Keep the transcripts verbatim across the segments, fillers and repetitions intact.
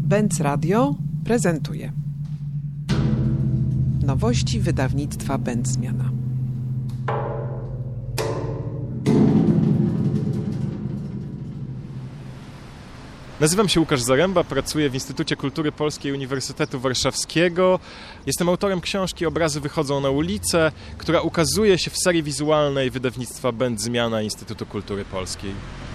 Benz Radio prezentuje nowości wydawnictwa Będzmiana. Nazywam się Łukasz Zaręba, pracuję w Instytucie Kultury Polskiej Uniwersytetu Warszawskiego. Jestem autorem książki Obrazy wychodzą na ulicę, która ukazuje się w serii wizualnej wydawnictwa Będzmiana Instytutu Kultury Polskiej.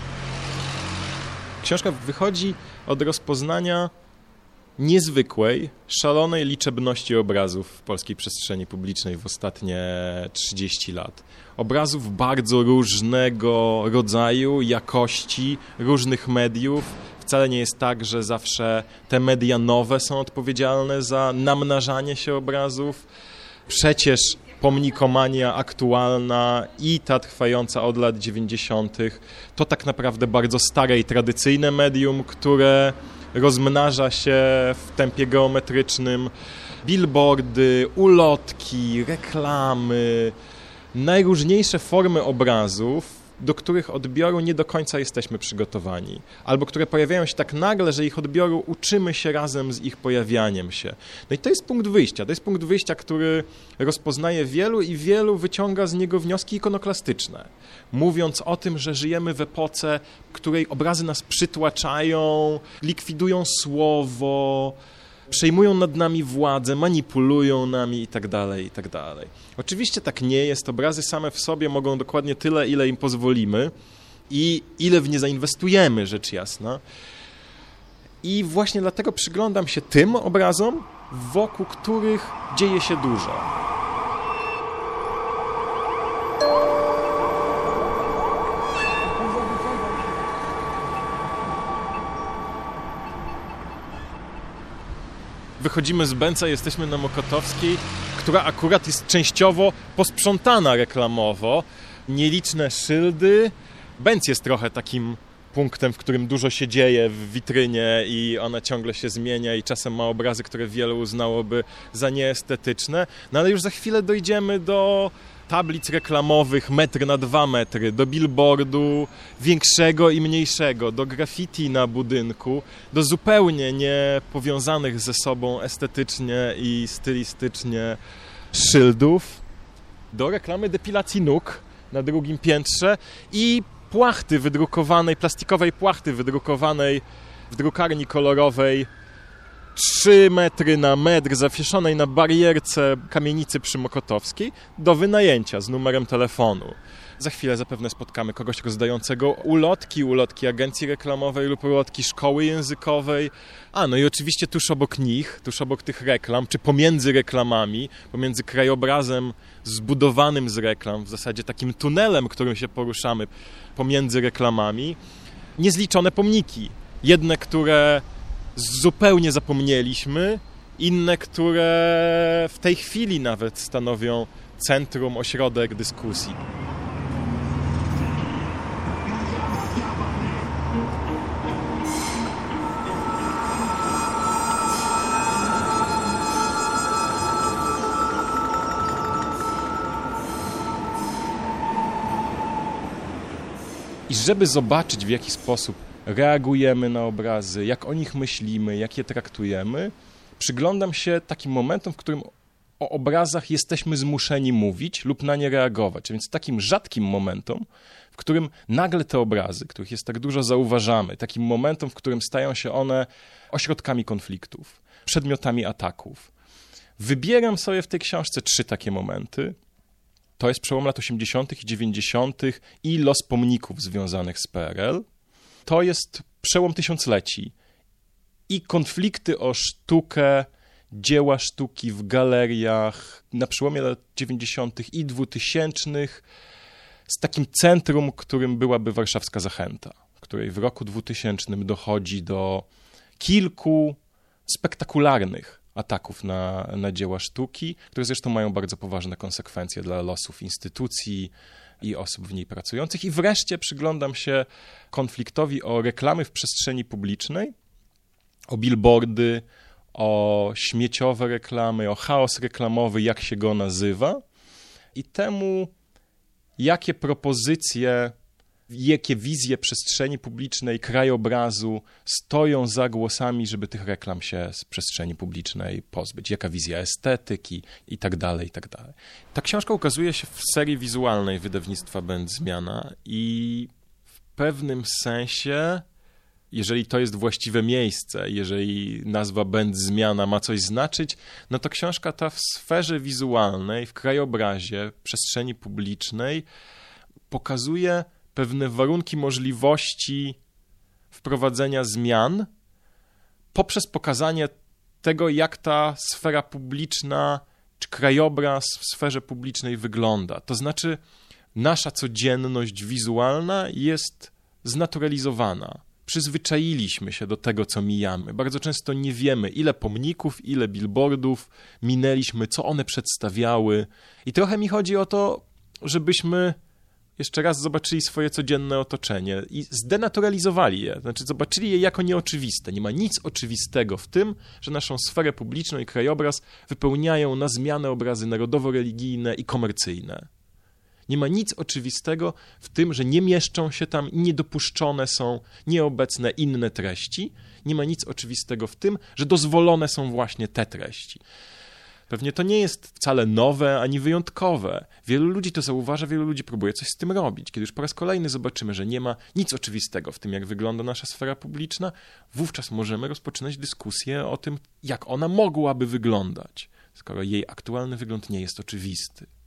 Książka wychodzi od rozpoznania niezwykłej, szalonej liczebności obrazów w polskiej przestrzeni publicznej w ostatnie trzydzieści lat. Obrazów bardzo różnego rodzaju, jakości, różnych mediów. Wcale nie jest tak, że zawsze te media nowe są odpowiedzialne za namnażanie się obrazów. Przecież pomnikomania aktualna i ta trwająca od lat dziewięćdziesiątych to tak naprawdę bardzo stare i tradycyjne medium, które rozmnaża się w tempie geometrycznym. Billboardy, ulotki, reklamy, najróżniejsze formy obrazów, do których odbioru nie do końca jesteśmy przygotowani, albo które pojawiają się tak nagle, że ich odbioru uczymy się razem z ich pojawianiem się. No i to jest punkt wyjścia. To jest punkt wyjścia, który rozpoznaje wielu i wielu wyciąga z niego wnioski ikonoklastyczne, mówiąc o tym, że żyjemy w epoce, w której obrazy nas przytłaczają, likwidują słowo, przejmują nad nami władzę, manipulują nami i tak dalej, i tak dalej. Oczywiście tak nie jest. Obrazy same w sobie mogą dokładnie tyle, ile im pozwolimy i ile w nie zainwestujemy, rzecz jasna. I właśnie dlatego przyglądam się tym obrazom, wokół których dzieje się dużo. Wychodzimy z Bęca, jesteśmy na Mokotowskiej, która akurat jest częściowo posprzątana reklamowo. Nieliczne szyldy. Bęc jest trochę takim punktem, w którym dużo się dzieje w witrynie i ona ciągle się zmienia i czasem ma obrazy, które wielu uznałoby za nieestetyczne. No ale już za chwilę dojdziemy do tablic reklamowych metr na dwa metry, do billboardu większego i mniejszego, do graffiti na budynku, do zupełnie nie powiązanych ze sobą estetycznie i stylistycznie szyldów, do reklamy depilacji nóg na drugim piętrze i płachty wydrukowanej, plastikowej płachty wydrukowanej w drukarni kolorowej trzy metry na metr, zawieszonej na barierce kamienicy przy Mokotowskiej, do wynajęcia z numerem telefonu. Za chwilę zapewne spotkamy kogoś rozdającego ulotki, ulotki agencji reklamowej lub ulotki szkoły językowej. A, no i oczywiście tuż obok nich, tuż obok tych reklam, czy pomiędzy reklamami, pomiędzy krajobrazem zbudowanym z reklam, w zasadzie takim tunelem, którym się poruszamy pomiędzy reklamami, niezliczone pomniki. Jedne, które zupełnie zapomnieliśmy, inne, które w tej chwili nawet stanowią centrum, ośrodek dyskusji. I żeby zobaczyć, w jaki sposób reagujemy na obrazy, jak o nich myślimy, jak je traktujemy, przyglądam się takim momentom, w którym o obrazach jesteśmy zmuszeni mówić lub na nie reagować. A więc takim rzadkim momentom, w którym nagle te obrazy, których jest tak dużo, zauważamy, takim momentom, w którym stają się one ośrodkami konfliktów, przedmiotami ataków. Wybieram sobie w tej książce trzy takie momenty. To jest przełom lat osiemdziesiątych i dziewięćdziesiątych i los pomników związanych z P R L. To jest przełom tysiącleci i konflikty o sztukę, dzieła sztuki w galeriach na przełomie lat dziewięćdziesiątych i dwutysięcznych z takim centrum, którym byłaby warszawska Zachęta, w której w roku dwutysięcznym dochodzi do kilku spektakularnych ataków na, na dzieła sztuki, które zresztą mają bardzo poważne konsekwencje dla losów instytucji i osób w niej pracujących. I wreszcie przyglądam się konfliktowi o reklamy w przestrzeni publicznej, o billboardy, o śmieciowe reklamy, o chaos reklamowy, jak się go nazywa, i temu, jakie propozycje jakie wizje przestrzeni publicznej, krajobrazu stoją za głosami, żeby tych reklam się z przestrzeni publicznej pozbyć. Jaka wizja estetyki i tak dalej, i tak dalej. Ta książka ukazuje się w serii wizualnej wydawnictwa Będzmiana i w pewnym sensie, jeżeli to jest właściwe miejsce, jeżeli nazwa Będzmiana ma coś znaczyć, no to książka ta w sferze wizualnej, w krajobrazie, przestrzeni publicznej pokazuje pewne warunki możliwości wprowadzenia zmian poprzez pokazanie tego, jak ta sfera publiczna czy krajobraz w sferze publicznej wygląda. To znaczy, nasza codzienność wizualna jest znaturalizowana. Przyzwyczailiśmy się do tego, co mijamy. Bardzo często nie wiemy, ile pomników, ile billboardów minęliśmy, co one przedstawiały. I trochę mi chodzi o to, żebyśmy jeszcze raz zobaczyli swoje codzienne otoczenie i zdenaturalizowali je. Znaczy zobaczyli je jako nieoczywiste. Nie ma nic oczywistego w tym, że naszą sferę publiczną i krajobraz wypełniają na zmianę obrazy narodowo-religijne i komercyjne. Nie ma nic oczywistego w tym, że nie mieszczą się tam i niedopuszczone są nieobecne inne treści. Nie ma nic oczywistego w tym, że dozwolone są właśnie te treści. Pewnie to nie jest wcale nowe ani wyjątkowe. Wielu ludzi to zauważa, wielu ludzi próbuje coś z tym robić. Kiedy już po raz kolejny zobaczymy, że nie ma nic oczywistego w tym, jak wygląda nasza sfera publiczna, wówczas możemy rozpoczynać dyskusję o tym, jak ona mogłaby wyglądać, skoro jej aktualny wygląd nie jest oczywisty.